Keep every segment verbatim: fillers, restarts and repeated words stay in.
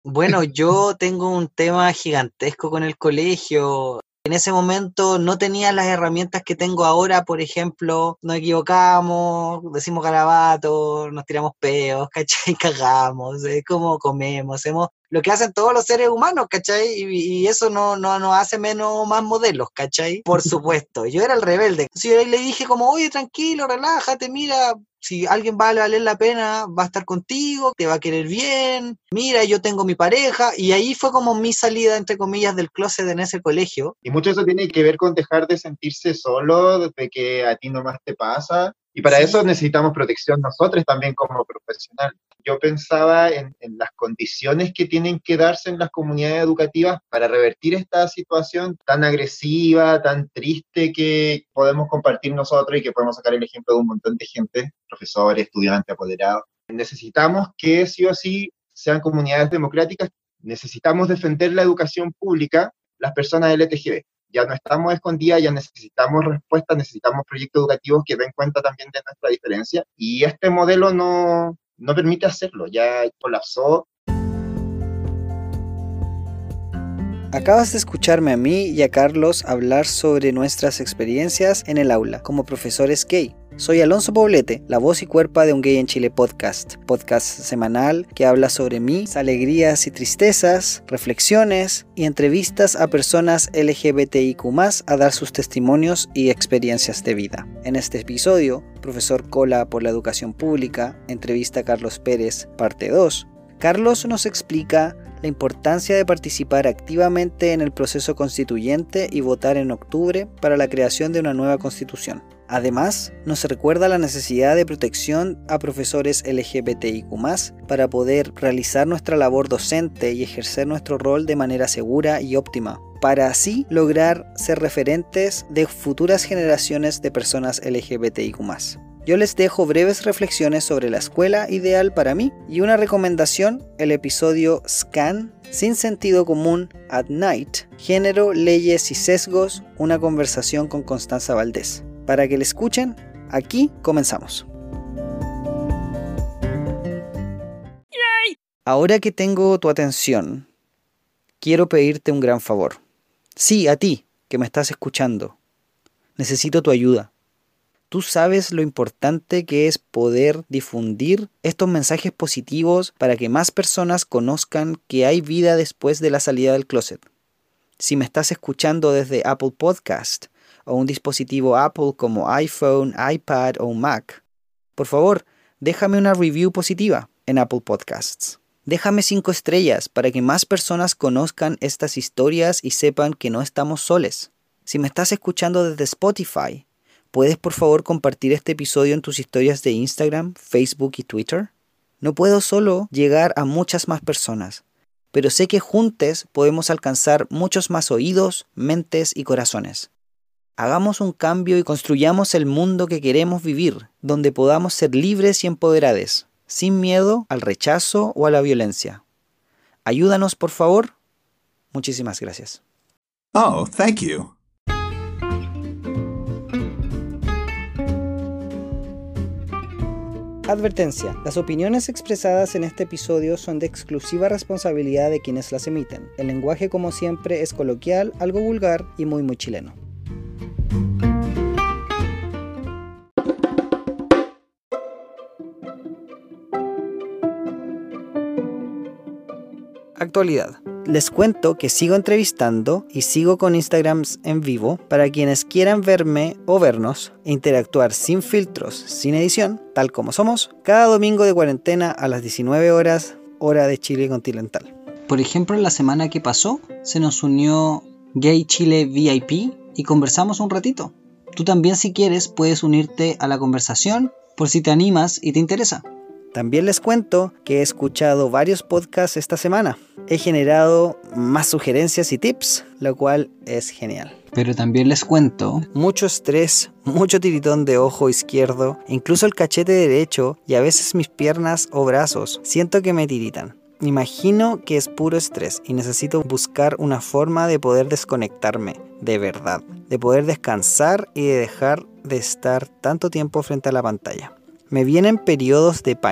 Bueno, yo tengo un tema gigantesco con el colegio. En ese momento no tenía las herramientas que tengo ahora, por ejemplo, nos equivocamos, decimos garabatos, nos tiramos peos, ¿cachai? Cagamos, es como comemos, hacemos lo que hacen todos los seres humanos, ¿cachai? Y, y eso no, no nos hace menos o más modelos, ¿cachai? Por supuesto, yo era el rebelde. Si yo le dije como, oye, tranquilo, relájate, mira, si alguien va a valer la pena, va a estar contigo, te va a querer bien, mira, yo tengo mi pareja, y ahí fue como mi salida, entre comillas, del closet en ese colegio. Y mucho eso tiene que ver con dejar de sentirse solo, de que a ti nomás te pasa. Y para Sí. eso necesitamos protección nosotros también como profesionales. Yo pensaba en, en las condiciones que tienen que darse en las comunidades educativas para revertir esta situación tan agresiva, tan triste que podemos compartir nosotros y que podemos sacar el ejemplo de un montón de gente, profesores, estudiantes, apoderados. Necesitamos que sí o sí sean comunidades democráticas. Necesitamos defender la educación pública, las personas L G T B. Ya no estamos escondidas, ya necesitamos respuestas, necesitamos proyectos educativos que den cuenta también de nuestra diferencia, y este modelo no, no permite hacerlo, ya colapsó. Acabas de escucharme a mí y a Carlos hablar sobre nuestras experiencias en el aula como profesores gay. Soy Alonso Poblete, la voz y cuerpo de Un Gay en Chile podcast, podcast semanal que habla sobre mis alegrías y tristezas, reflexiones y entrevistas a personas L G B T I Q más, a dar sus testimonios y experiencias de vida. En este episodio, Profesor Cola por la Educación Pública, entrevista a Carlos Pérez, parte dos. Carlos nos explica la importancia de participar activamente en el proceso constituyente y votar en octubre para la creación de una nueva constitución. Además, nos recuerda la necesidad de protección a profesores L G B T I Q más, para poder realizar nuestra labor docente y ejercer nuestro rol de manera segura y óptima, para así lograr ser referentes de futuras generaciones de personas L G B T I Q más. Yo les dejo breves reflexiones sobre la escuela ideal para mí y una recomendación, el episodio Scan, Sin Sentido Común at Night, Género, Leyes y Sesgos, una conversación con Constanza Valdés. Para que le escuchen, aquí comenzamos. Ahora que tengo tu atención, quiero pedirte un gran favor. Sí, a ti, que me estás escuchando. Necesito tu ayuda. Tú sabes lo importante que es poder difundir estos mensajes positivos para que más personas conozcan que hay vida después de la salida del closet. Si me estás escuchando desde Apple Podcast o un dispositivo Apple como iPhone, iPad o Mac, por favor, déjame una review positiva en Apple Podcasts. Déjame cinco estrellas para que más personas conozcan estas historias y sepan que no estamos soles. Si me estás escuchando desde Spotify, ¿puedes por favor compartir este episodio en tus historias de Instagram, Facebook y Twitter? No puedo solo llegar a muchas más personas, pero sé que juntos podemos alcanzar muchos más oídos, mentes y corazones. Hagamos un cambio y construyamos el mundo que queremos vivir, donde podamos ser libres y empoderados, sin miedo al rechazo o a la violencia. Ayúdanos, por favor. Muchísimas gracias. Oh, thank you. Advertencia. Las opiniones expresadas en este episodio son de exclusiva responsabilidad de quienes las emiten. El lenguaje, como siempre, es coloquial, algo vulgar y muy muy chileno. Actualidad. Les cuento que sigo entrevistando y sigo con Instagrams en vivo para quienes quieran verme o vernos e interactuar sin filtros, sin edición, tal como somos, cada domingo de cuarentena a las diecinueve horas, hora de Chile continental. Por ejemplo, la semana que pasó se nos unió Gay Chile V I P y conversamos un ratito. Tú también, si quieres, puedes unirte a la conversación por si te animas y te interesa. También les cuento que he escuchado varios podcasts esta semana. He generado más sugerencias y tips, lo cual es genial. Pero también les cuento mucho estrés, mucho tiritón de ojo izquierdo, incluso el cachete derecho y a veces mis piernas o brazos. Siento que me tiritan. Imagino que es puro estrés y necesito buscar una forma de poder desconectarme, de verdad. De poder descansar y de dejar de estar tanto tiempo frente a la pantalla. Me vienen periodos de pánico,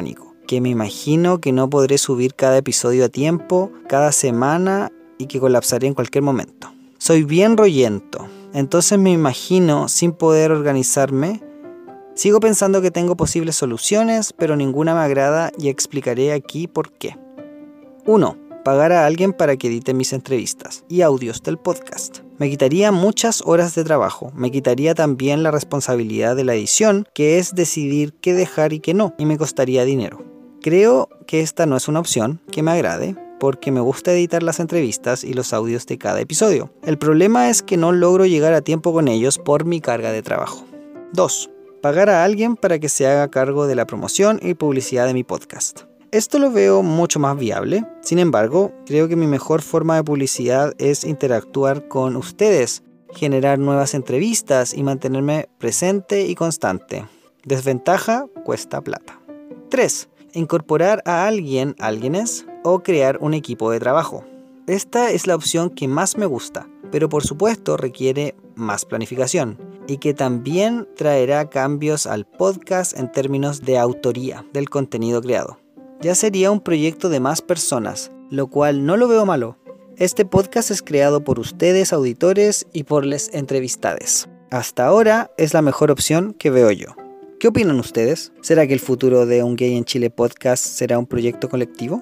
que me imagino que no podré subir cada episodio a tiempo, cada semana y que colapsaré en cualquier momento. Soy bien rollento, entonces me imagino sin poder organizarme. Sigo pensando que tengo posibles soluciones, pero ninguna me agrada y explicaré aquí por qué. uno. Pagar a alguien para que edite mis entrevistas y audios del podcast. Me quitaría muchas horas de trabajo. Me quitaría también la responsabilidad de la edición, que es decidir qué dejar y qué no, y me costaría dinero. Creo que esta no es una opción que me agrade, porque me gusta editar las entrevistas y los audios de cada episodio. El problema es que no logro llegar a tiempo con ellos por mi carga de trabajo. dos. Pagar a alguien para que se haga cargo de la promoción y publicidad de mi podcast. Esto lo veo mucho más viable. Sin embargo, creo que mi mejor forma de publicidad es interactuar con ustedes, generar nuevas entrevistas y mantenerme presente y constante. Desventaja, cuesta plata. tres. Incorporar a alguien, alguienes, o crear un equipo de trabajo. Esta es la opción que más me gusta, pero por supuesto requiere más planificación y que también traerá cambios al podcast en términos de autoría del contenido creado. Ya sería un proyecto de más personas, lo cual no lo veo malo. Este podcast es creado por ustedes, auditores, y por les entrevistades. Hasta ahora es la mejor opción que veo yo. ¿Qué opinan ustedes? ¿Será que el futuro de Un Gay en Chile podcast será un proyecto colectivo?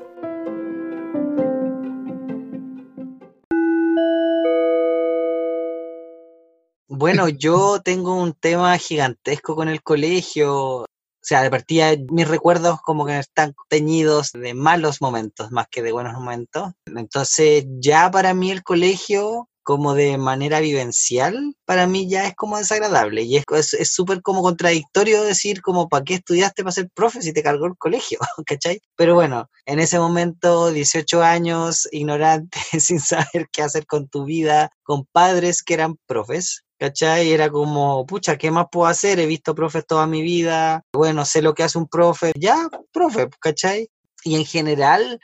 Bueno, yo tengo un tema gigantesco con el colegio. O sea, de partida mis recuerdos como que están teñidos de malos momentos más que de buenos momentos. Entonces ya para mí el colegio, como de manera vivencial, para mí ya es como desagradable. Y es es súper como contradictorio decir como ¿para qué estudiaste para ser profe si te cargó el colegio? ¿Cachai? Pero bueno, en ese momento, dieciocho años, ignorante, sin saber qué hacer con tu vida, con padres que eran profes. ¿Cachai? Era como, pucha, ¿qué más puedo hacer? He visto profes toda mi vida, bueno, sé lo que hace un profe, ya, profe, ¿cachai? Y en general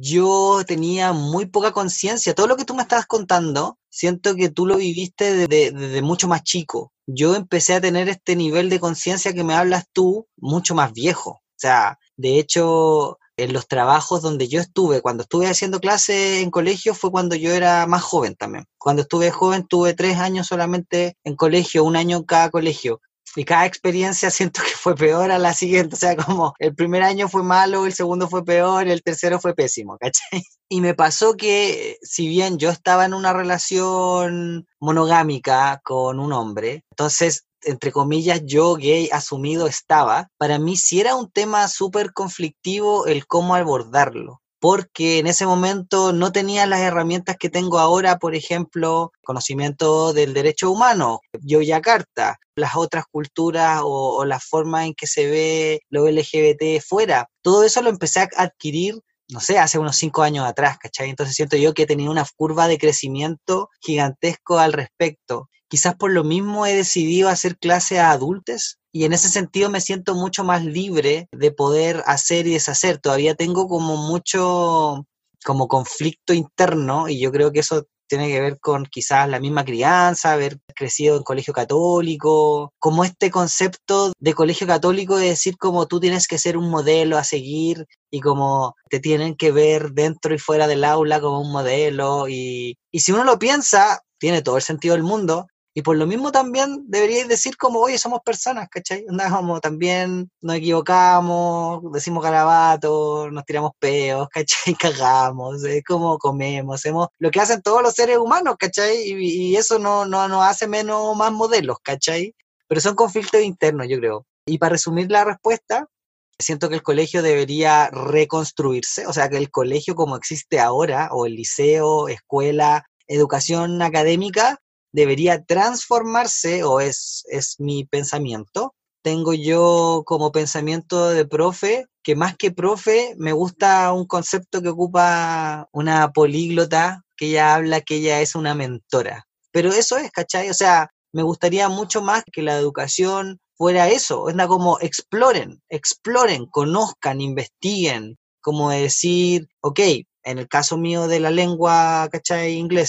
yo tenía muy poca conciencia. Todo lo que tú me estabas contando, siento que tú lo viviste desde, desde mucho más chico. Yo empecé a tener este nivel de conciencia que me hablas tú mucho más viejo. O sea, de hecho, en los trabajos donde yo estuve, cuando estuve haciendo clases en colegio, fue cuando yo era más joven también. Cuando estuve joven, tuve tres años solamente en colegio, un año en cada colegio. Y cada experiencia siento que fue peor a la siguiente. O sea, como el primer año fue malo, el segundo fue peor, el tercero fue pésimo, ¿cachai? Y me pasó que, si bien yo estaba en una relación monogámica con un hombre, entonces, entre comillas, yo gay asumido estaba, para mí sí era un tema súper conflictivo el cómo abordarlo. Porque en ese momento no tenía las herramientas que tengo ahora, por ejemplo, conocimiento del derecho humano, Yogyakarta, las otras culturas o, o la forma en que se ve lo L G B T fuera. Todo eso lo empecé a adquirir, no sé, hace unos cinco años atrás, ¿cachai? Entonces siento yo que he tenido una curva de crecimiento gigantesco al respecto. Quizás por lo mismo he decidido hacer clase a adultos y en ese sentido me siento mucho más libre de poder hacer y deshacer. Todavía tengo como mucho como conflicto interno y yo creo que eso tiene que ver con quizás la misma crianza, haber crecido en colegio católico, como este concepto de colegio católico de decir como tú tienes que ser un modelo a seguir y como te tienen que ver dentro y fuera del aula como un modelo y, y si uno lo piensa, tiene todo el sentido del mundo. Y por lo mismo también deberíais decir como, oye, somos personas, ¿cachai? Onda, como también nos equivocamos, decimos garabatos, nos tiramos peos, ¿cachai? Cagamos, es como comemos, hacemos lo que hacen todos los seres humanos, ¿cachai? Y, y eso no, no nos hace menos más modelos, ¿cachai? Pero son conflictos internos, yo creo. Y para resumir la respuesta, siento que el colegio debería reconstruirse, o sea, que el colegio como existe ahora, o el liceo, escuela, educación académica, debería transformarse, o es, es mi pensamiento. Tengo yo como pensamiento de profe, que más que profe, me gusta un concepto que ocupa una políglota, que ella habla que ella es una mentora. Pero eso es, ¿cachai? O sea, me gustaría mucho más que la educación fuera eso, es como exploren, exploren, conozcan, investiguen, como decir, ok, en el caso mío de la lengua, ¿cachai? Inglesa,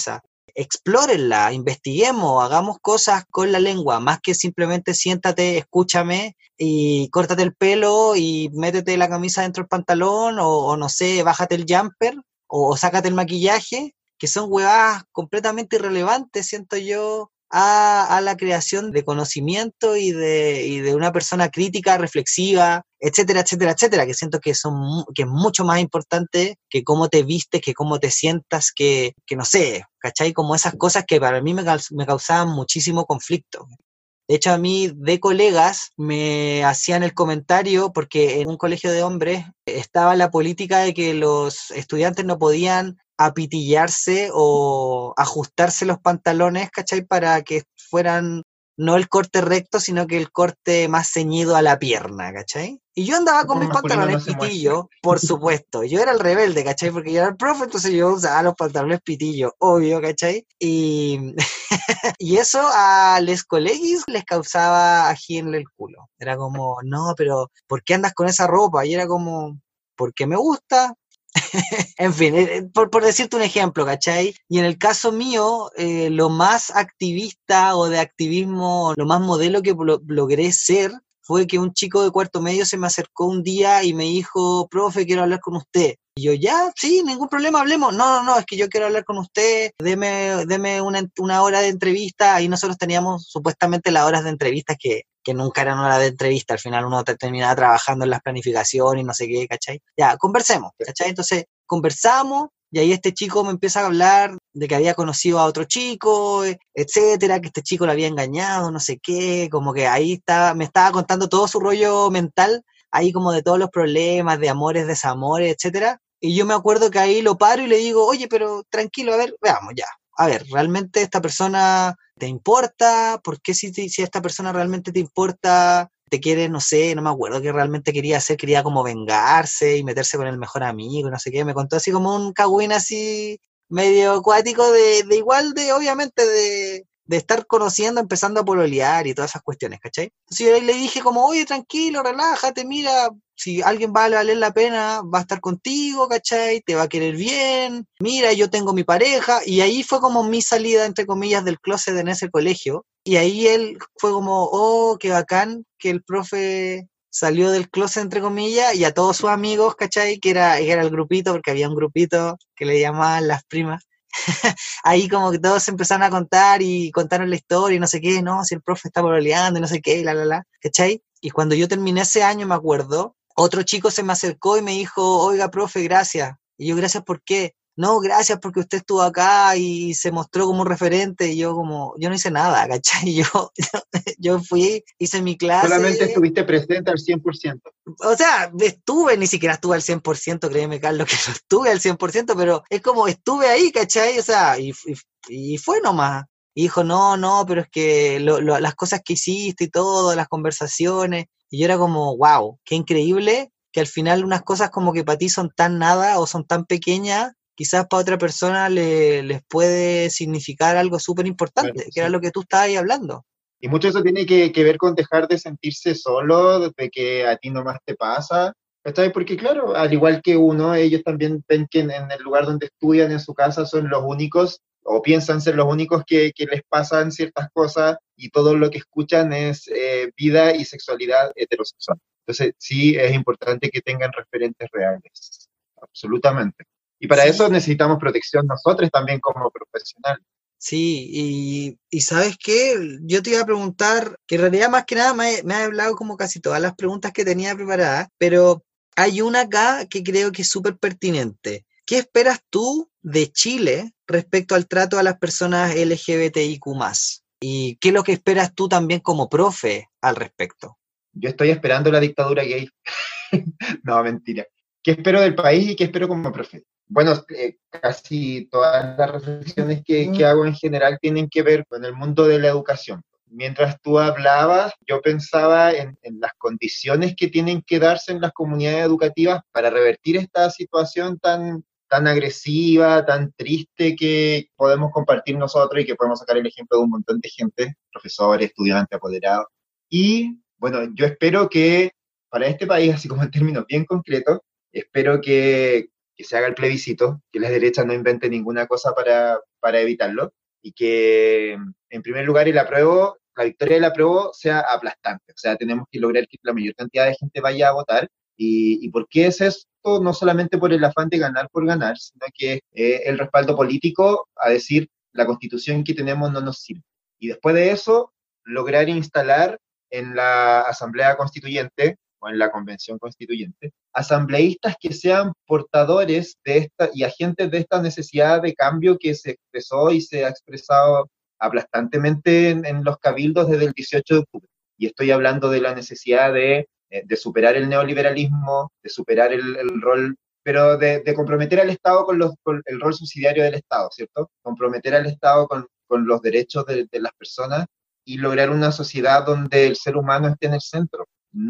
explórenla, investiguemos, hagamos cosas con la lengua, más que simplemente siéntate, escúchame y córtate el pelo y métete la camisa dentro del pantalón o, o no sé, bájate el jumper o, o sácate el maquillaje, que son huevadas completamente irrelevantes, siento yo, a, a la creación de conocimiento y de, y de una persona crítica, reflexiva, etcétera, etcétera, etcétera, que siento que son que es mucho más importante que cómo te vistes, que cómo te sientas, que, que no sé, ¿cachai? Como esas cosas que para mí me, me causaban muchísimo conflicto. De hecho, a mí de colegas me hacían el comentario, porque en un colegio de hombres estaba la política de que los estudiantes no podían apitillarse o ajustarse los pantalones, ¿cachai? Para que fueran no el corte recto, sino que el corte más ceñido a la pierna, ¿cachai? Y yo andaba con Como mis masculino pantalones no se muestra. pitillo, por supuesto. Yo era el rebelde, ¿cachai? Porque yo era el profe, entonces yo usaba los pantalones pitillo, obvio, ¿cachai? Y, y eso a les colegis les causaba ají en el culo. Era como, no, pero ¿por qué andas con esa ropa? Y era como, porque me gusta. En fin, eh, por, por decirte un ejemplo, ¿cachai? Y en el caso mío, eh, lo más activista o de activismo, lo más modelo que lo, logré ser, fue que un chico de cuarto medio se me acercó un día y me dijo, profe, quiero hablar con usted. Y yo, ya, sí, ningún problema, hablemos. No, no, no, es que yo quiero hablar con usted, deme, deme una, una hora de entrevista. Ahí nosotros teníamos supuestamente las horas de entrevistas que, que nunca eran horas de entrevista, al final uno te terminaba trabajando en las planificaciones y no sé qué, ¿cachai? Ya, conversemos, ¿cachai? Entonces, conversamos y ahí este chico me empieza a hablar de que había conocido a otro chico, etcétera, que este chico lo había engañado, no sé qué, como que ahí estaba, me estaba contando todo su rollo mental, ahí como de todos los problemas, de amores, desamores, etcétera. Y yo me acuerdo que ahí lo paro y le digo, oye, pero tranquilo, a ver, veamos ya. A ver, ¿realmente esta persona te importa? ¿Por qué si, si esta persona realmente te importa, te quiere, no sé, no me acuerdo qué realmente quería hacer, quería como vengarse y meterse con el mejor amigo, no sé qué? Me contó así como un cagüín así medio acuático de, de igual de, obviamente, de, de estar conociendo, empezando a pololear y todas esas cuestiones, ¿cachai? Entonces yo ahí le dije como, oye, tranquilo, relájate, mira, si alguien va a valer la pena, va a estar contigo, ¿cachai? Te va a querer bien, mira, yo tengo mi pareja, y ahí fue como mi salida, entre comillas, del closet en ese colegio, y ahí él fue como, oh, qué bacán que el profe salió del closet, entre comillas, y a todos sus amigos, ¿cachai? Que era, que era el grupito, porque había un grupito que le llamaban las primas, ahí como que todos empezaron a contar y contaron la historia y no sé qué, no, si el profe está pololeando y no sé qué, y la, la, la, ¿cachai? Y cuando yo terminé ese año, me acuerdo, otro chico se me acercó y me dijo, oiga, profe, gracias. Y yo, gracias, ¿por qué? No, gracias porque usted estuvo acá y se mostró como un referente. Y yo como, yo no hice nada, ¿cachai? Yo, yo fui, hice mi Solamente clase. estuviste presente al cien por ciento. O sea, estuve, ni siquiera estuve al cien por ciento, créeme, Carlos, que no estuve al cien por ciento, pero es como estuve ahí, ¿cachai? O sea, y, y, y fue nomás. Y dijo, no, no, pero es que lo, lo, las cosas que hiciste y todo, las conversaciones. Y yo era como, wow, qué increíble que al final unas cosas como que para ti son tan nada o son tan pequeñas, quizás para otra persona le, les puede significar algo súper importante, Claro, que era sí. lo que tú estabas ahí hablando. Y mucho eso tiene que, que ver con dejar de sentirse solo, de que a ti nomás te pasa, ¿cachai? Porque claro, al igual que uno, ellos también ven que en, en el lugar donde estudian, en su casa, son los únicos, o piensan ser los únicos que, que les pasan ciertas cosas, y todo lo que escuchan es eh, vida y sexualidad heterosexual. Entonces, sí, es importante que tengan referentes reales, absolutamente. Y para eso Sí, necesitamos protección nosotros también como profesionales. sí, y, y ¿sabes qué? Yo te iba a preguntar, que en realidad más que nada me, me ha hablado como casi todas las preguntas que tenía preparadas, pero hay una acá que creo que es súper pertinente. ¿Qué esperas tú de Chile respecto al trato a las personas L G B T I Q más? ¿Y qué es lo que esperas tú también como profe al respecto? Yo estoy esperando la dictadura gay. No, mentira. ¿Qué espero del país y qué espero como profe? Bueno, eh, casi todas las reflexiones que, que hago en general tienen que ver con el mundo de la educación. Mientras tú hablabas, yo pensaba en, en las condiciones que tienen que darse en las comunidades educativas para revertir esta situación tan, tan agresiva, tan triste que podemos compartir nosotros y que podemos sacar el ejemplo de un montón de gente, profesores, estudiantes, apoderados. Y bueno, yo espero que para este país, así como en términos bien concretos, espero que, que se haga el plebiscito, que la derecha no invente ninguna cosa para, para evitarlo, y que, en primer lugar, el apruebo, la victoria del apruebo sea aplastante. O sea, tenemos que lograr que la mayor cantidad de gente vaya a votar. ¿Y, y por qué es esto? No solamente por el afán de ganar por ganar, sino que eh, el respaldo político a decir la constitución que tenemos no nos sirve. Y después de eso, lograr instalar en la Asamblea Constituyente o en la Convención Constituyente, asambleístas que sean portadores de esta y agentes de esta necesidad de cambio que se expresó y se ha expresado aplastantemente en, en los cabildos desde el dieciocho de octubre. Y estoy hablando de la necesidad de, de superar el neoliberalismo, de superar el, el rol, pero de, de comprometer al Estado con, los, con el rol subsidiario del Estado, ¿cierto? Comprometer al Estado con, con los derechos de, de las personas y lograr una sociedad donde el ser humano esté en el centro,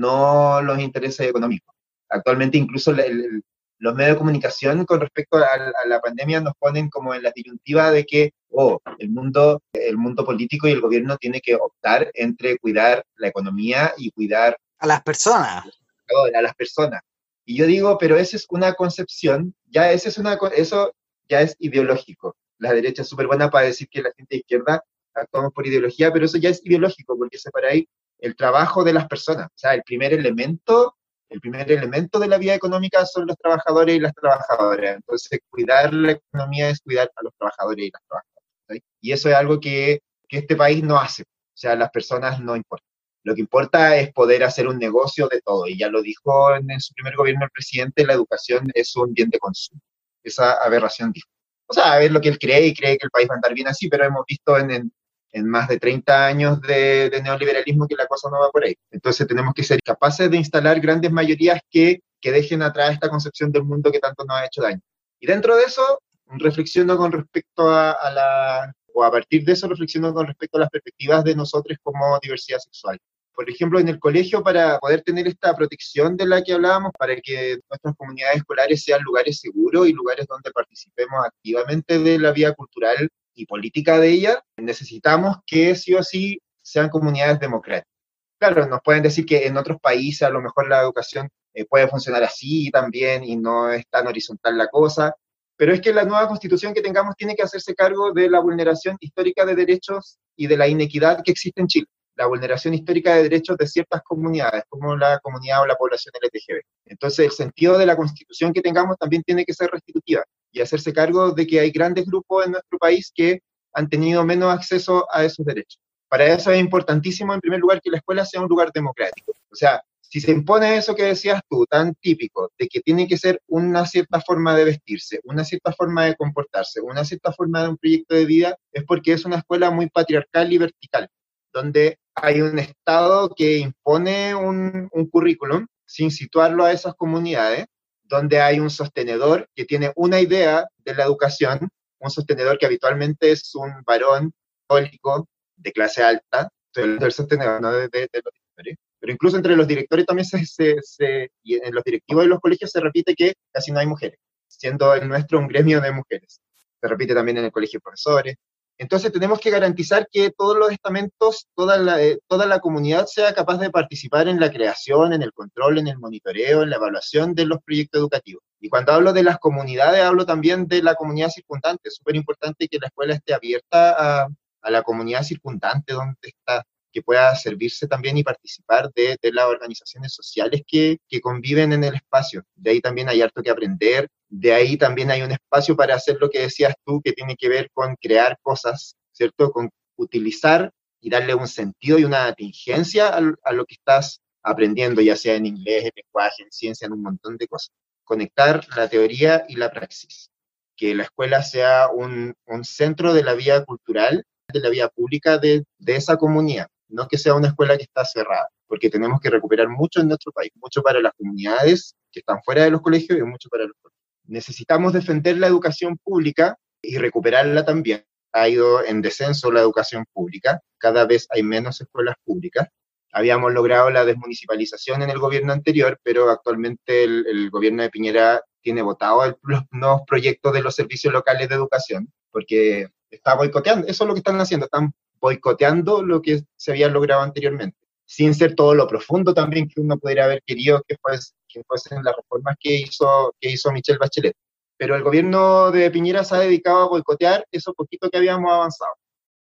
no los intereses económicos. Actualmente incluso el, el, los medios de comunicación con respecto a, a la pandemia nos ponen como en la disyuntiva de que oh, el mundo, el mundo político y el gobierno tiene que optar entre cuidar la economía y cuidar a las personas. A las personas. Y yo digo, pero esa es una concepción, ya esa es una, eso ya es ideológico. La derecha es súper buena para decir que la gente de izquierda actuamos por ideología, pero eso ya es ideológico, porque separáis el trabajo de las personas. O sea, el primer elemento, el primer elemento de la vida económica son los trabajadores y las trabajadoras. Entonces, cuidar la economía es cuidar a los trabajadores y las trabajadoras, ¿sí? Y eso es algo que, que este país no hace. O sea, las personas no importan. Lo que importa es poder hacer un negocio de todo. Y ya lo dijo en, en su primer gobierno el presidente, la educación es un bien de consumo. Esa aberración dijo. O sea, a ver lo que él cree y cree que el país va a andar bien así, pero hemos visto en, en, en más de treinta años de, de neoliberalismo que la cosa no va por ahí. Entonces tenemos que ser capaces de instalar grandes mayorías que, que dejen atrás esta concepción del mundo que tanto nos ha hecho daño. Y dentro de eso, reflexiono con respecto a, a la, o a partir de eso reflexiono con respecto a las perspectivas de nosotros como diversidad sexual. Por ejemplo, en el colegio, para poder tener esta protección de la que hablábamos, para que nuestras comunidades escolares sean lugares seguros y lugares donde participemos activamente de la vida cultural y política de ella, necesitamos que sí o sí sean comunidades democráticas. Claro, nos pueden decir que en otros países a lo mejor la educación eh, puede funcionar así también y no es tan horizontal la cosa, pero es que la nueva constitución que tengamos tiene que hacerse cargo de la vulneración histórica de derechos y de la inequidad que existe en Chile. La vulneración histórica de derechos de ciertas comunidades, como la comunidad o la población L G B T. Entonces, el sentido de la constitución que tengamos también tiene que ser restitutiva y hacerse cargo de que hay grandes grupos en nuestro país que han tenido menos acceso a esos derechos. Para eso es importantísimo, en primer lugar, que la escuela sea un lugar democrático. O sea, si se impone eso que decías tú, tan típico, de que tiene que ser una cierta forma de vestirse, una cierta forma de comportarse, una cierta forma de un proyecto de vida, es porque es una escuela muy patriarcal y vertical, donde hay un Estado que impone un, un currículum sin situarlo a esas comunidades, donde hay un sostenedor que tiene una idea de la educación, un sostenedor que habitualmente es un varón católico de clase alta, del sostenedor, no de, de, de los directores, pero incluso entre los directores también se, se, se, y en los directivos de los colegios se repite que casi no hay mujeres, siendo el nuestro un gremio de mujeres. Se repite también en el colegio de profesores. Entonces tenemos que garantizar que todos los estamentos, toda la, eh, toda la comunidad sea capaz de participar en la creación, en el control, en el monitoreo, en la evaluación de los proyectos educativos. Y cuando hablo de las comunidades, hablo también de la comunidad circundante. Es súper importante que la escuela esté abierta a, a la comunidad circundante donde está, que pueda servirse también y participar de, de las organizaciones sociales que, que conviven en el espacio. De ahí también hay harto que aprender. De ahí también hay un espacio para hacer lo que decías tú, que tiene que ver con crear cosas, ¿cierto? Con utilizar y darle un sentido y una atingencia a, a lo que estás aprendiendo, ya sea en inglés, en lenguaje, en ciencia, en un montón de cosas. Conectar la teoría y la praxis. Que la escuela sea un, un centro de la vida cultural, de la vida pública de, de esa comunidad. No que sea una escuela que está cerrada, porque tenemos que recuperar mucho en nuestro país, mucho para las comunidades que están fuera de los colegios y mucho para los colegios. Necesitamos defender la educación pública y recuperarla también. Ha ido en descenso la educación pública, cada vez hay menos escuelas públicas. Habíamos logrado la desmunicipalización en el gobierno anterior, pero actualmente el, el gobierno de Piñera tiene votado el, los nuevos proyectos de los servicios locales de educación, porque está boicoteando, eso es lo que están haciendo, están boicoteando lo que se había logrado anteriormente, sin ser todo lo profundo también que uno pudiera haber querido que, fuese, que fuesen las reformas que hizo, que hizo Michelle Bachelet. Pero el gobierno de Piñera se ha dedicado a boicotear eso poquito que habíamos avanzado.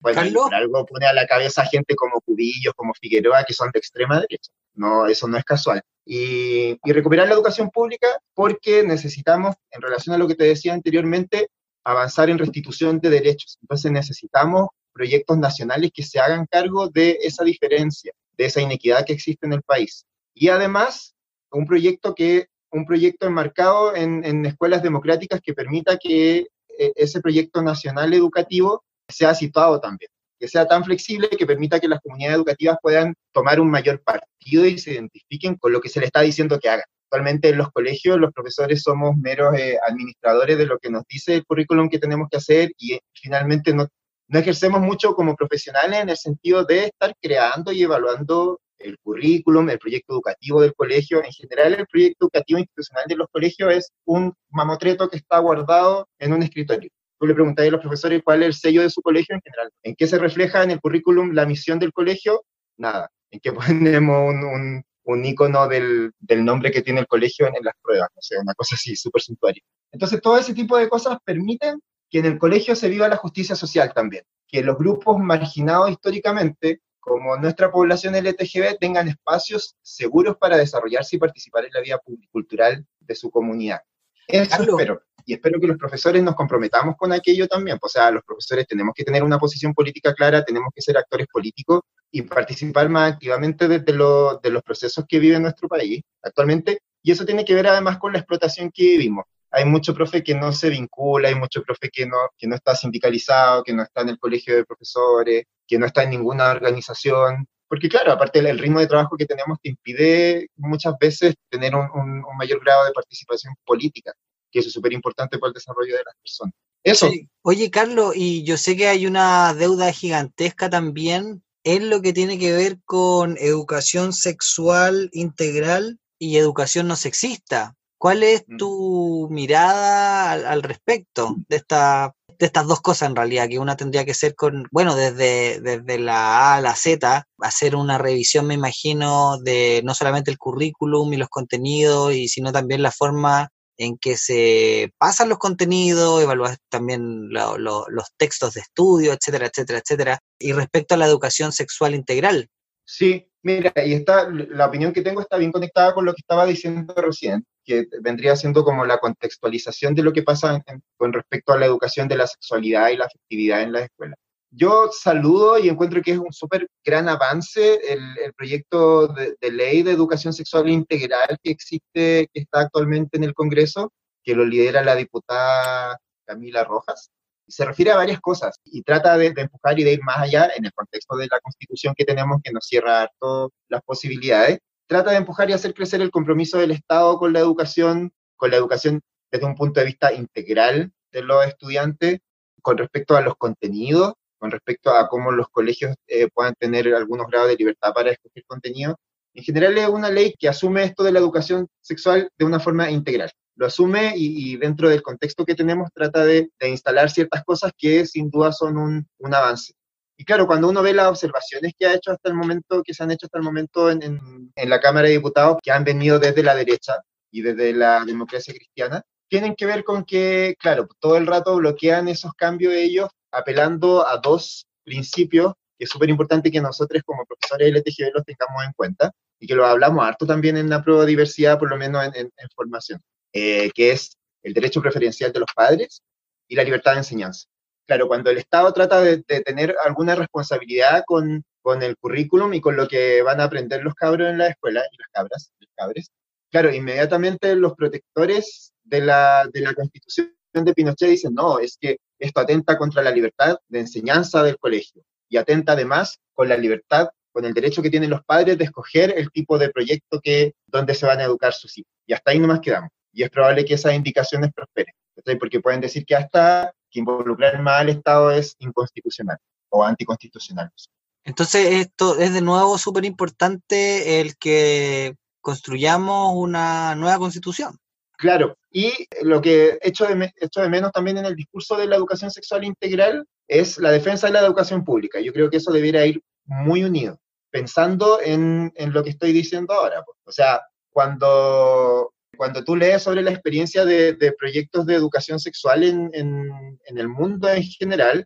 Bueno, y Carlos, por algo pone a la cabeza gente como Cubillos, como Figueroa, que son de extrema derecha. No, eso no es casual. Y, y recuperar la educación pública porque necesitamos, en relación a lo que te decía anteriormente, avanzar en restitución de derechos. Entonces necesitamos proyectos nacionales que se hagan cargo de esa diferencia, de esa inequidad que existe en el país. Y además, un proyecto, que, un proyecto enmarcado en, en escuelas democráticas que permita que eh, ese proyecto nacional educativo sea situado también, que sea tan flexible que permita que las comunidades educativas puedan tomar un mayor partido y se identifiquen con lo que se les está diciendo que hagan. Actualmente en los colegios los profesores somos meros eh, administradores de lo que nos dice el currículum que tenemos que hacer y eh, finalmente no, no ejercemos mucho como profesionales en el sentido de estar creando y evaluando el currículum, el proyecto educativo del colegio. En general, el proyecto educativo institucional de los colegios es un mamotreto que está guardado en un escritorio. Tú le preguntáis a los profesores cuál es el sello de su colegio en general. ¿En qué se refleja en el currículum la misión del colegio? Nada. ¿En qué ponemos un, un, un icono del, del nombre que tiene el colegio en, en las pruebas? O sea, una cosa así, súper suntuaria. Entonces, todo ese tipo de cosas permiten que en el colegio se viva la justicia social también. Que los grupos marginados históricamente, como nuestra población L G B T, tengan espacios seguros para desarrollarse y participar en la vida cultural de su comunidad. Eso Carlos, espero. Y espero que los profesores nos comprometamos con aquello también. O sea, los profesores tenemos que tener una posición política clara, tenemos que ser actores políticos y participar más activamente desde lo, de los procesos que vive nuestro país actualmente. Y eso tiene que ver además con la explotación que vivimos. Hay mucho profe que no se vincula, hay mucho profe que no, que no está sindicalizado, que no está en el colegio de profesores, que no está en ninguna organización. Porque claro, aparte el ritmo de trabajo que tenemos te impide muchas veces tener un, un, un mayor grado de participación política, que eso es súper importante para el desarrollo de las personas. Eso. Sí. Oye, Carlos, y yo sé que hay una deuda gigantesca también en lo que tiene que ver con educación sexual integral y educación no sexista. ¿Cuál es tu mirada al, al respecto de, esta, de estas dos cosas en realidad? Que una tendría que ser con, bueno, desde, desde la A a la Z, hacer una revisión, me imagino, de no solamente el currículum y los contenidos, y sino también la forma en que se pasan los contenidos, evaluar también lo, lo, los textos de estudio, etcétera, etcétera, etcétera. Y respecto a la educación sexual integral. Sí, mira, y está, la opinión que tengo está bien conectada con lo que estaba diciendo recién, que vendría siendo como la contextualización de lo que pasa en, en, con respecto a la educación de la sexualidad y la afectividad en las escuelas. Yo saludo y encuentro que es un súper gran avance el, el proyecto de, de ley de educación sexual integral que existe, que está actualmente en el Congreso, que lo lidera la diputada Camila Rojas. Se refiere a varias cosas y trata de, de empujar y de ir más allá en el contexto de la Constitución que tenemos, que nos cierra todas las posibilidades. Trata de empujar y hacer crecer el compromiso del Estado con la educación, con la educación desde un punto de vista integral de los estudiantes, con respecto a los contenidos, con respecto a cómo los colegios eh, puedan tener algunos grados de libertad para escoger contenido. En general es una ley que asume esto de la educación sexual de una forma integral. Lo asume y, y dentro del contexto que tenemos trata de, de instalar ciertas cosas que sin duda son un, un avance. Y claro, cuando uno ve las observaciones que ha hecho hasta el momento, que se han hecho hasta el momento en, en, en la Cámara de Diputados, que han venido desde la derecha y desde la democracia cristiana, tienen que ver con que, claro, todo el rato bloquean esos cambios ellos, apelando a dos principios que es súper importante que nosotros como profesores L G T B los tengamos en cuenta y que lo hablamos harto también en la prueba de diversidad, por lo menos en, en, en formación. Eh, que es el derecho preferencial de los padres y la libertad de enseñanza. Claro, cuando el Estado trata de, de tener alguna responsabilidad con, con el currículum y con lo que van a aprender los cabros en la escuela, y las cabras, los cabres, claro, inmediatamente los protectores de la, de la Constitución de Pinochet dicen, no, es que esto atenta contra la libertad de enseñanza del colegio y atenta además con la libertad, con el derecho que tienen los padres de escoger el tipo de proyecto que, donde se van a educar sus hijos. Y hasta ahí nomás quedamos. Y es probable que esas indicaciones prosperen, ¿sí? Porque pueden decir que hasta que involucrar más al Estado es inconstitucional o anticonstitucional. Entonces esto es de nuevo súper importante el que construyamos una nueva constitución. Claro, y lo que echo de, echo de menos también en el discurso de la educación sexual integral es la defensa de la educación pública. Yo creo que eso debiera ir muy unido, pensando en, en lo que estoy diciendo ahora. Pues. O sea, cuando... Cuando tú lees sobre la experiencia de, de proyectos de educación sexual en, en, en el mundo en general,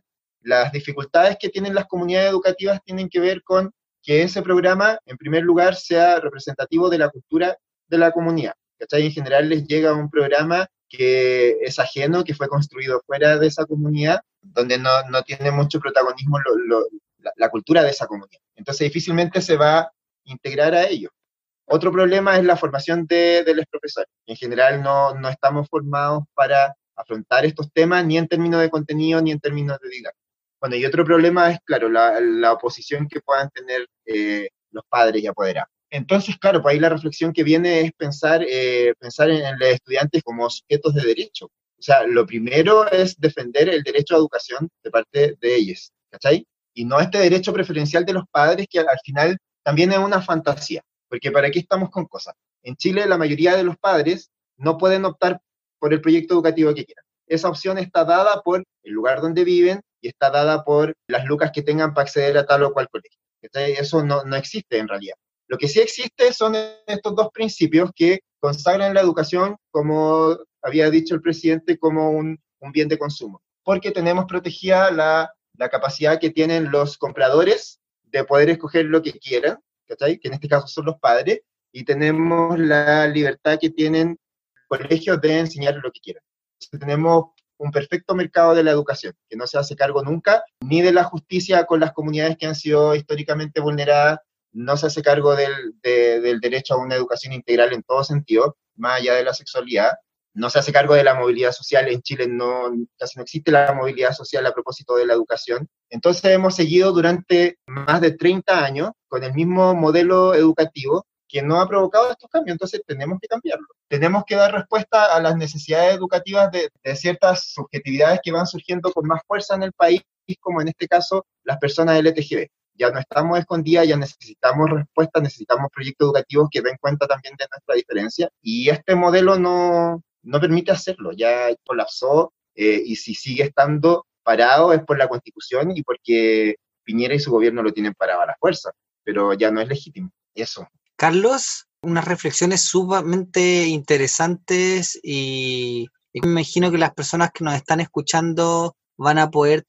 Las dificultades que tienen las comunidades educativas tienen que ver con que ese programa, en primer lugar, sea representativo de la cultura de la comunidad. ¿Cachai? En general les llega un programa que es ajeno, que fue construido fuera de esa comunidad, donde no, no tiene mucho protagonismo lo, lo, la, la cultura de esa comunidad. Entonces difícilmente se va a integrar a ellos. Otro problema es la formación de, de los profesores. En general no, no estamos formados para afrontar estos temas, ni en términos de contenido, ni en términos de didáctica. Bueno, y otro problema es, claro, la, la oposición que puedan tener eh, los padres y apoderados. Entonces, claro, pues ahí la reflexión que viene es pensar, eh, pensar en, en los estudiantes como sujetos de derecho. O sea, lo primero es defender el derecho a educación de parte de ellos, ¿cachai? Y no este derecho preferencial de los padres que al, al final también es una fantasía, porque ¿para qué estamos con cosas? En Chile la mayoría de los padres no pueden optar por el proyecto educativo que quieran. Esa opción está dada por el lugar donde viven y está dada por las lucas que tengan para acceder a tal o cual colegio. Entonces, eso no, no existe en realidad. Lo que sí existe son estos dos principios que consagran la educación, como había dicho el presidente, como un, un bien de consumo, porque tenemos protegida la, la capacidad que tienen los compradores de poder escoger lo que quieran, ¿cachai? Que en este caso son los padres, y tenemos la libertad que tienen colegios de enseñar lo que quieran. Entonces, tenemos un perfecto mercado de la educación, que no se hace cargo nunca, ni de la justicia con las comunidades que han sido históricamente vulneradas, no se hace cargo del, de, del derecho a una educación integral en todo sentido, más allá de la sexualidad, no se hace cargo de la movilidad social. En Chile no, casi no existe la movilidad social a propósito de la educación. Entonces hemos seguido durante más de treinta años con el mismo modelo educativo que no ha provocado estos cambios, entonces tenemos que cambiarlo. Tenemos que dar respuesta a las necesidades educativas de, de ciertas subjetividades que van surgiendo con más fuerza en el país, como en este caso las personas L G T B. Ya no estamos escondidas, ya necesitamos respuestas, necesitamos proyectos educativos que den cuenta también de nuestra diferencia, y este modelo no, no permite hacerlo, ya colapsó, eh, y si sigue estando parado es por la Constitución y porque Piñera y su gobierno lo tienen parado a la fuerza, pero ya no es legítimo, eso. Carlos, unas reflexiones sumamente interesantes y, y me imagino que las personas que nos están escuchando van a poder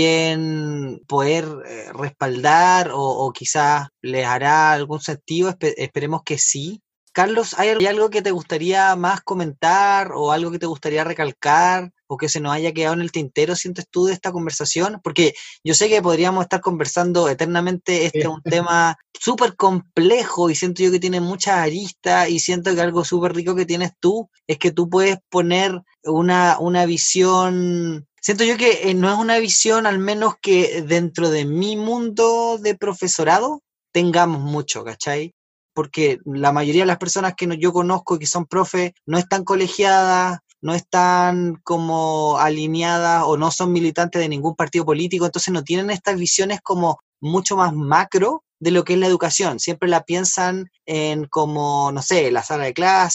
también poder eh, respaldar o, o quizás les hará algún sentido, espe- esperemos que sí. Carlos, ¿hay hay algo que te gustaría más comentar o algo que te gustaría recalcar o que se nos haya quedado en el tintero, sientes tú, de esta conversación? Porque yo sé que podríamos estar conversando eternamente, este es un tema súper complejo y siento yo que tiene muchas aristas, y siento que algo súper rico que tienes tú es que tú puedes poner una, una visión. Siento yo que eh, no es una visión, al menos que dentro de mi mundo de profesorado, tengamos mucho, ¿cachai? Porque la mayoría de las personas que no, yo conozco que son profes no están colegiadas, no están como alineadas o no son militantes de ningún partido político, entonces no tienen estas visiones como mucho más macro de lo que es la educación. Siempre la piensan en como, no sé, la sala de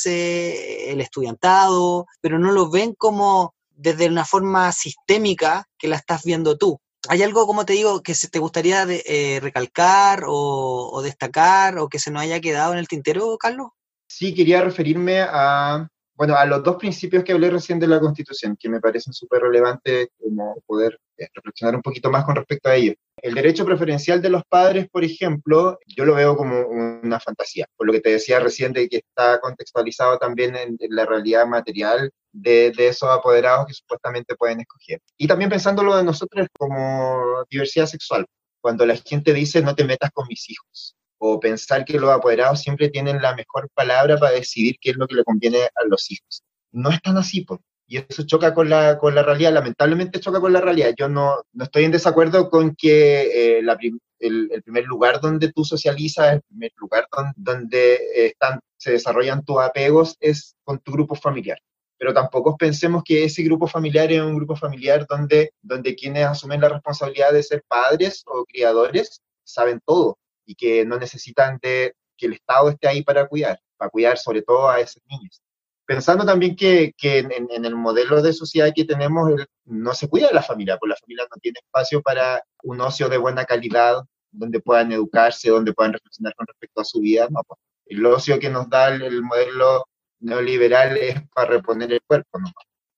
clase, el estudiantado, pero no lo ven como desde una forma sistémica que la estás viendo tú. ¿Hay algo, como te digo, que se te gustaría de, eh, recalcar o, o destacar o que se nos haya quedado en el tintero, Carlos? Sí, quería referirme a, bueno, a los dos principios que hablé recién de la Constitución, que me parecen súper relevantes, como poder eh, reflexionar un poquito más con respecto a ellos. El derecho preferencial de los padres, por ejemplo, yo lo veo como una fantasía, por lo que te decía recién de que está contextualizado también en, en la realidad material de, de esos apoderados que supuestamente pueden escoger. Y también pensándolo de nosotros como diversidad sexual, cuando la gente dice no te metas con mis hijos, o pensar que los apoderados siempre tienen la mejor palabra para decidir qué es lo que le conviene a los hijos. No es tan así, pues. Y eso choca con la, con la realidad, lamentablemente choca con la realidad. Yo no, no estoy en desacuerdo con que eh, la prim, el, el primer lugar donde tú socializas, el primer lugar don, donde están, se desarrollan tus apegos es con tu grupo familiar. Pero tampoco pensemos que ese grupo familiar es un grupo familiar donde, donde quienes asumen la responsabilidad de ser padres o criadores saben todo y que no necesitan de que el Estado esté ahí para cuidar, para cuidar sobre todo a esos niños. Pensando también que, que en, en el modelo de sociedad que tenemos el, no se cuida de la familia, porque la familia no tiene espacio para un ocio de buena calidad, donde puedan educarse, donde puedan reflexionar con respecto a su vida. No, pues, el ocio que nos da el, el modelo neoliberal es para reponer el cuerpo, ¿no?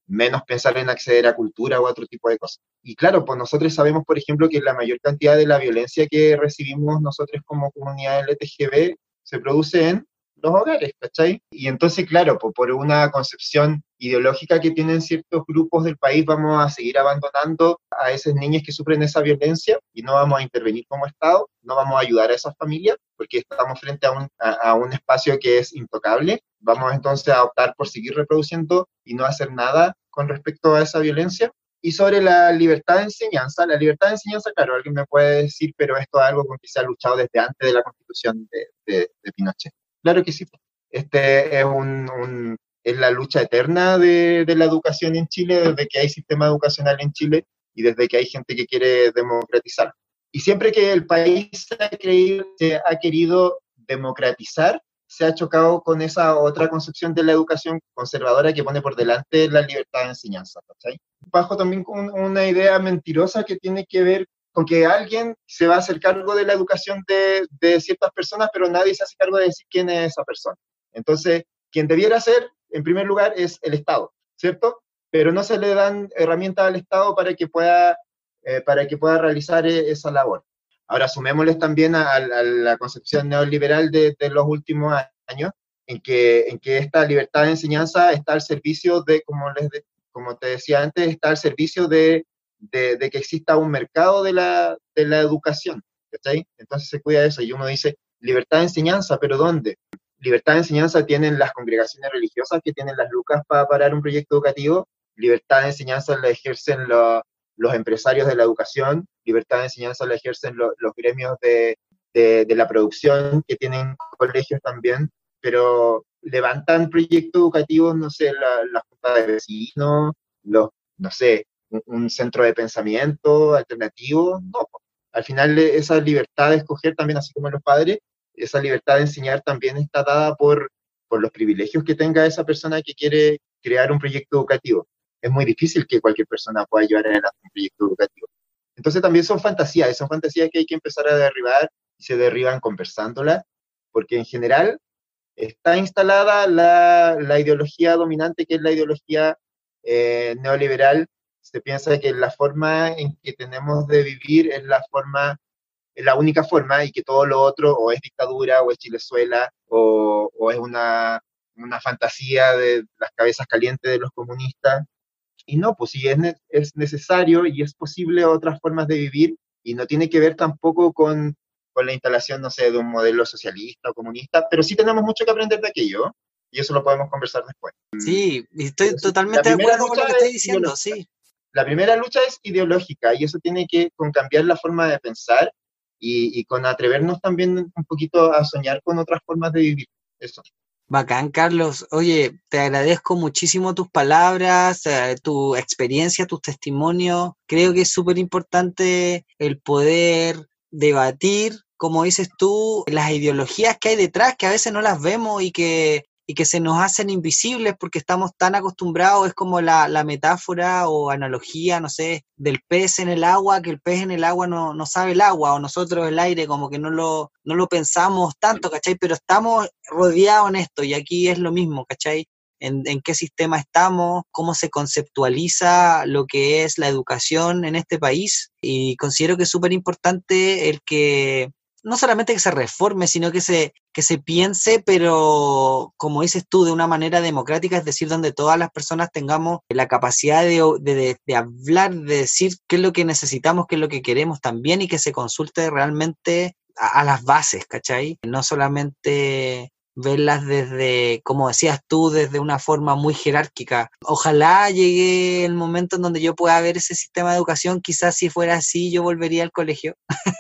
menos pensar en acceder a cultura u otro tipo de cosas. Y claro, pues nosotros sabemos, por ejemplo, que la mayor cantidad de la violencia que recibimos nosotros como comunidad L G T B se produce en los hogares, ¿cachai? Y entonces, claro, pues por una concepción ideológica que tienen ciertos grupos del país, vamos a seguir abandonando a esas niñas que sufren esa violencia y no vamos a intervenir como Estado, no vamos a ayudar a esas familias porque estamos frente a un, a, a un espacio que es intocable. Vamos entonces a optar por seguir reproduciendo y no hacer nada con respecto a esa violencia. Y sobre la libertad de enseñanza, la libertad de enseñanza, claro, alguien me puede decir, pero esto es algo con que se ha luchado desde antes de la Constitución de, de, de Pinochet. Claro que sí. Este es, un, un, es la lucha eterna de, de la educación en Chile, desde que hay sistema educacional en Chile y desde que hay gente que quiere democratizar. Y siempre que el país se ha, creído, se ha querido democratizar, se ha chocado con esa otra concepción de la educación conservadora que pone por delante la libertad de enseñanza, ¿sí? Bajo también con una idea mentirosa que tiene que ver con que alguien se va a hacer cargo de la educación de, de ciertas personas, pero nadie se hace cargo de decir quién es esa persona. Entonces, quien debiera ser, en primer lugar, es el Estado, ¿cierto? Pero no se le dan herramientas al Estado para que pueda, eh, para que pueda realizar esa labor. Ahora, sumémosles también a, a la concepción neoliberal de, de los últimos años, en que, en que esta libertad de enseñanza está al servicio de, como, les de, como te decía antes, está al servicio de, de, de que exista un mercado de la, de la educación, ¿cachai? Entonces se cuida de eso, y uno dice, libertad de enseñanza, ¿pero dónde? Libertad de enseñanza tienen las congregaciones religiosas que tienen las lucas para parar un proyecto educativo, libertad de enseñanza la ejercen los los empresarios de la educación, libertad de enseñanza la ejercen lo, los gremios de, de, de la producción, que tienen colegios también, pero levantan proyectos educativos, no sé, la, la junta de vecinos, los, no sé, un, un centro de pensamiento alternativo, no. Al final esa libertad de escoger también, así como los padres, esa libertad de enseñar también está dada por, por los privilegios que tenga esa persona que quiere crear un proyecto educativo. Es muy difícil que cualquier persona pueda llevar adelante un proyecto educativo. Entonces también son fantasías, son fantasías que hay que empezar a derribar y se derriban conversándolas, porque en general está instalada la, la ideología dominante, que es la ideología eh, neoliberal. Se piensa que la forma en que tenemos de vivir es la forma, es la única forma, y que todo lo otro o es dictadura, o es Chilezuela, o, o es una, una fantasía de las cabezas calientes de los comunistas. Y no, pues sí, es, ne es necesario y es posible otras formas de vivir, y no tiene que ver tampoco con, con la instalación, no sé, de un modelo socialista o comunista, pero sí tenemos mucho que aprender de aquello, y eso lo podemos conversar después. Sí, estoy Pero totalmente sí, de acuerdo con lo que estás diciendo, sí. La primera lucha es ideológica, y eso tiene que con cambiar la forma de pensar y, y con atrevernos también un poquito a soñar con otras formas de vivir. Eso. Bacán, Carlos. Oye, te agradezco muchísimo tus palabras, eh, tu experiencia, tus testimonios. Creo que es súper importante el poder debatir, como dices tú, las ideologías que hay detrás, que a veces no las vemos y que, y que se nos hacen invisibles porque estamos tan acostumbrados. Es como la, la metáfora o analogía, no sé, del pez en el agua, que el pez en el agua no, no sabe el agua, o nosotros el aire como que no lo, no lo pensamos tanto, ¿cachai? Pero estamos rodeados en esto, y aquí es lo mismo, ¿cachai? En, en qué sistema estamos, cómo se conceptualiza lo que es la educación en este país, y considero que es súper importante el que no solamente que se reforme, sino que se, que se piense, pero como dices tú, de una manera democrática, es decir, donde todas las personas tengamos la capacidad de, de, de hablar, de decir qué es lo que necesitamos, qué es lo que queremos también, y que se consulte realmente a, a las bases, ¿cachai? No solamente verlas desde, como decías tú, desde una forma muy jerárquica. Ojalá llegue el momento en donde yo pueda ver ese sistema de educación. Quizás si fuera así, yo volvería al colegio.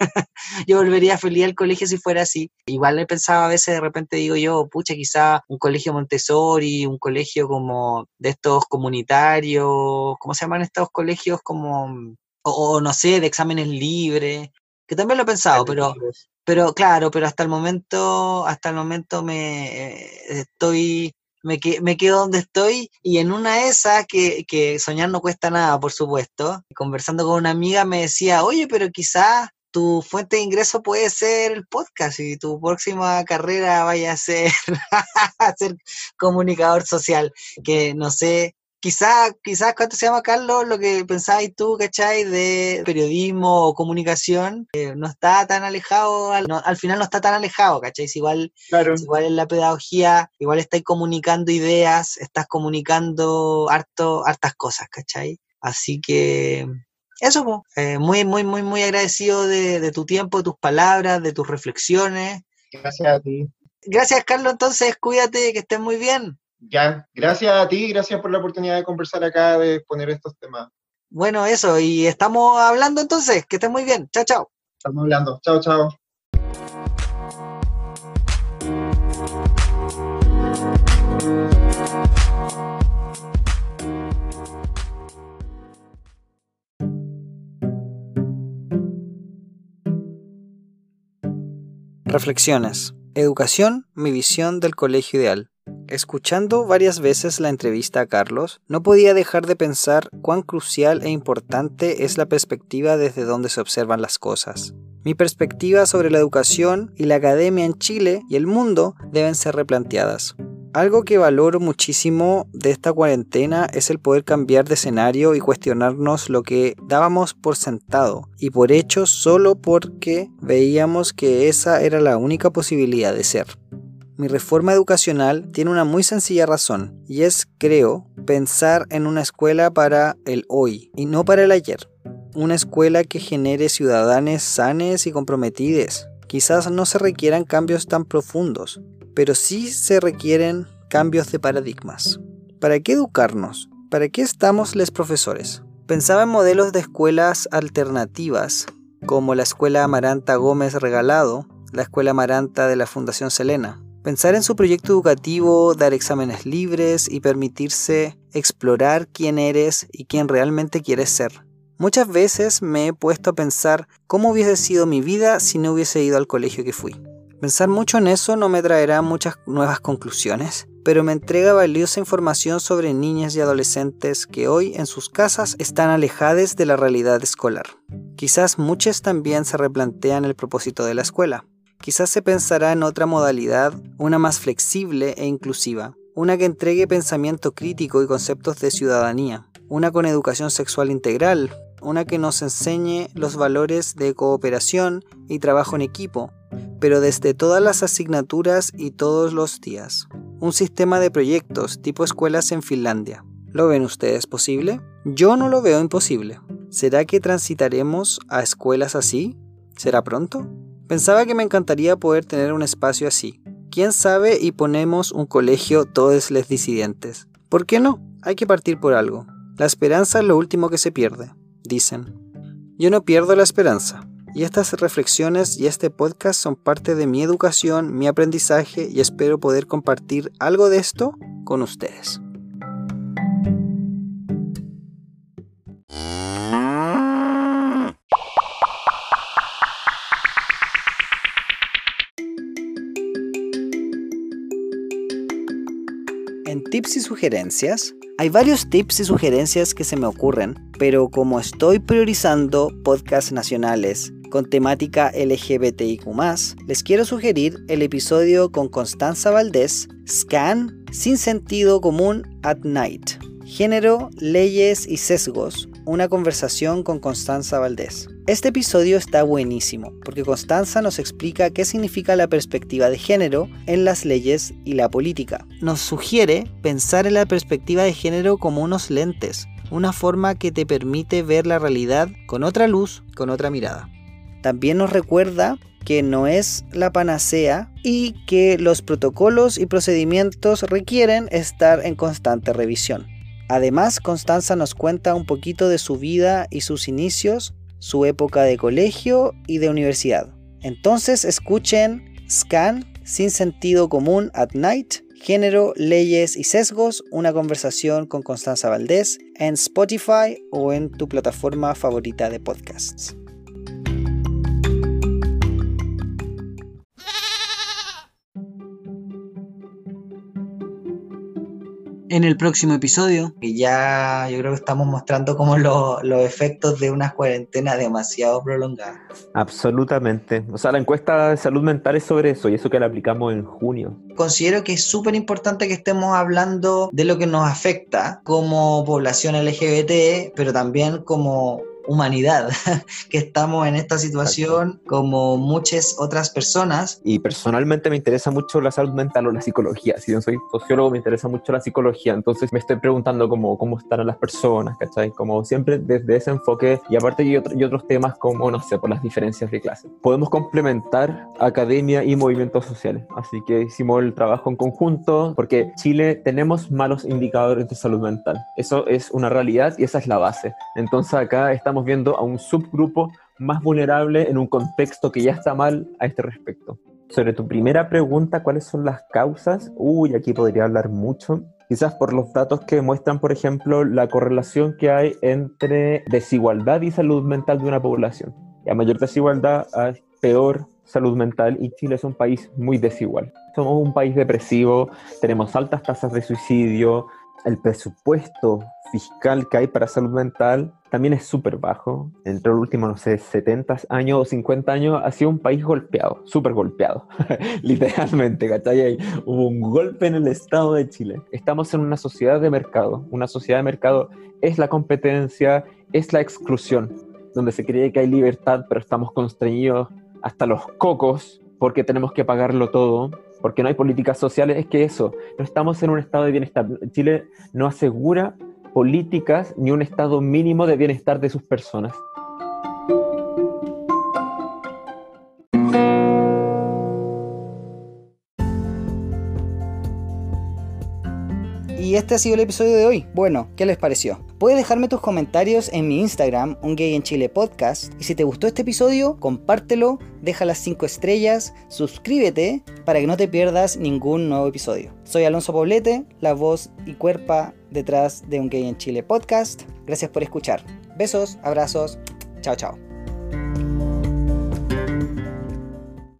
Yo volvería feliz al colegio si fuera así. Igual he pensado a veces, de repente digo yo, pucha, quizá un colegio Montessori, un colegio como de estos comunitarios, ¿cómo se llaman estos colegios? Como, o, o no sé, de exámenes libres, que también lo he pensado, pero, pero claro, pero hasta el momento, hasta el momento me eh, estoy, me, que, me quedo donde estoy, y en una de esas, que, que soñar no cuesta nada, por supuesto, conversando con una amiga me decía, oye, pero quizás tu fuente de ingreso puede ser el podcast, y tu próxima carrera vaya a ser, a ser comunicador social, que no sé, quizás, quizás, ¿cuánto se llama, Carlos? Lo que pensabas tú, ¿cachai? De periodismo o comunicación, eh, no está tan alejado, al, no, al final no está tan alejado, ¿cachai? Si igual, Claro. si igual en la pedagogía, igual estáis comunicando ideas, estás comunicando harto, hartas cosas, ¿cachai? Así que... Eso, pues, eh, muy, muy, muy, muy agradecido de, de tu tiempo, de tus palabras, de tus reflexiones. Gracias a ti. Gracias, Carlos, entonces, cuídate, que estés muy bien. Ya, gracias a ti, gracias por la oportunidad de conversar acá, de exponer estos temas. Bueno, eso, y estamos hablando entonces, que estés muy bien. Chao, chao. Estamos hablando. Chao, chao. Reflexiones. Educación, mi visión del colegio ideal. Escuchando varias veces la entrevista a Carlos, no podía dejar de pensar cuán crucial e importante es la perspectiva desde donde se observan las cosas. Mi perspectiva sobre la educación y la academia en Chile y el mundo deben ser replanteadas. Algo que valoro muchísimo de esta cuarentena es el poder cambiar de escenario y cuestionarnos lo que dábamos por sentado y por hecho solo porque veíamos que esa era la única posibilidad de ser. Mi reforma educacional tiene una muy sencilla razón y es, creo, pensar en una escuela para el hoy y no para el ayer. Una escuela que genere ciudadanos sanes y comprometidos. Quizás no se requieran cambios tan profundos, pero sí se requieren cambios de paradigmas. ¿Para qué educarnos? ¿Para qué estamos los profesores? Pensaba en modelos de escuelas alternativas, como la Escuela Amaranta Gómez Regalado, la Escuela Amaranta de la Fundación Selena. Pensar en su proyecto educativo, dar exámenes libres y permitirse explorar quién eres y quién realmente quieres ser. Muchas veces me he puesto a pensar cómo hubiese sido mi vida si no hubiese ido al colegio que fui. Pensar mucho en eso no me traerá muchas nuevas conclusiones, pero me entrega valiosa información sobre niñas y adolescentes que hoy en sus casas están alejadas de la realidad escolar. Quizás muchas también se replantean el propósito de la escuela. Quizás se pensará en otra modalidad, una más flexible e inclusiva, una que entregue pensamiento crítico y conceptos de ciudadanía, una con educación sexual integral, una que nos enseñe los valores de cooperación y trabajo en equipo, pero desde todas las asignaturas y todos los días. Un sistema de proyectos tipo escuelas en Finlandia. ¿Lo ven ustedes posible? Yo no lo veo imposible. ¿Será que transitaremos a escuelas así? ¿Será pronto? Pensaba que me encantaría poder tener un espacio así. ¿Quién sabe y ponemos un colegio todos les disidentes? ¿Por qué no? Hay que partir por algo. La esperanza es lo último que se pierde, dicen. Yo no pierdo la esperanza. Y estas reflexiones y este podcast son parte de mi educación, mi aprendizaje y espero poder compartir algo de esto con ustedes. En tips y sugerencias, hay varios tips y sugerencias que se me ocurren, pero como estoy priorizando podcasts nacionales con temática L G B T I Q más, les quiero sugerir el episodio con Constanza Valdés, Scan, Sin Sentido Común at Night, Género, Leyes y Sesgos, una conversación con Constanza Valdés. Este episodio está buenísimo, porque Constanza nos explica qué significa la perspectiva de género en las leyes y la política. Nos sugiere pensar en la perspectiva de género como unos lentes, una forma que te permite ver la realidad con otra luz, con otra mirada. También nos recuerda que no es la panacea y que los protocolos y procedimientos requieren estar en constante revisión. Además, Constanza nos cuenta un poquito de su vida y sus inicios, su época de colegio y de universidad. Entonces escuchen Scan, Sin Sentido Común at Night, Género, Leyes y Sesgos, una conversación con Constanza Valdés en Spotify o en tu plataforma favorita de podcasts. En el próximo episodio, que ya yo creo que estamos mostrando como lo, los efectos de una cuarentena demasiado prolongada. Absolutamente. O sea, la encuesta de salud mental es sobre eso, y eso que la aplicamos en junio. Considero que es súper importante que estemos hablando de lo que nos afecta como población L G B T, pero también como humanidad, que estamos en esta situación. Exacto. Como muchas otras personas. Y personalmente me interesa mucho la salud mental o la psicología. Si yo soy sociólogo, me interesa mucho la psicología, entonces me estoy preguntando cómo, cómo estarán las personas, ¿cachai? Como siempre desde ese enfoque, y aparte y, otro, y otros temas como, no sé, por las diferencias de clase. Podemos complementar academia y movimientos sociales, así que hicimos el trabajo en conjunto, porque Chile tenemos malos indicadores de salud mental. Eso es una realidad y esa es la base. Entonces acá estamos viendo a un subgrupo más vulnerable en un contexto que ya está mal a este respecto. Sobre tu primera pregunta, ¿cuáles son las causas? Uy, aquí podría hablar mucho. Quizás por los datos que muestran, por ejemplo, la correlación que hay entre desigualdad y salud mental de una población. Y a mayor desigualdad, hay peor salud mental, y Chile es un país muy desigual. Somos un país depresivo, tenemos altas tasas de suicidio, el presupuesto fiscal que hay para salud mental también es súper bajo. Entre los últimos, no sé, setenta años o cincuenta años ha sido un país golpeado, súper golpeado, literalmente, ¿cachai? Hubo un golpe en el Estado de Chile. Estamos en una sociedad de mercado. Una sociedad de mercado es la competencia, es la exclusión, donde se cree que hay libertad, pero estamos constreñidos hasta los cocos porque tenemos que pagarlo todo, porque no hay políticas sociales. Es que eso, no estamos en un estado de bienestar. Chile no asegura políticas ni un estado mínimo de bienestar de sus personas. Y este ha sido el episodio de hoy. Bueno, ¿qué les pareció? Puedes dejarme tus comentarios en mi Instagram, Un Gay en Chile Podcast. Y si te gustó este episodio, compártelo, deja las cinco estrellas, suscríbete para que no te pierdas ningún nuevo episodio. Soy Alonso Poblete, la voz y cuerpa detrás de Un Gay en Chile Podcast. Gracias por escuchar. Besos, abrazos, chao chao.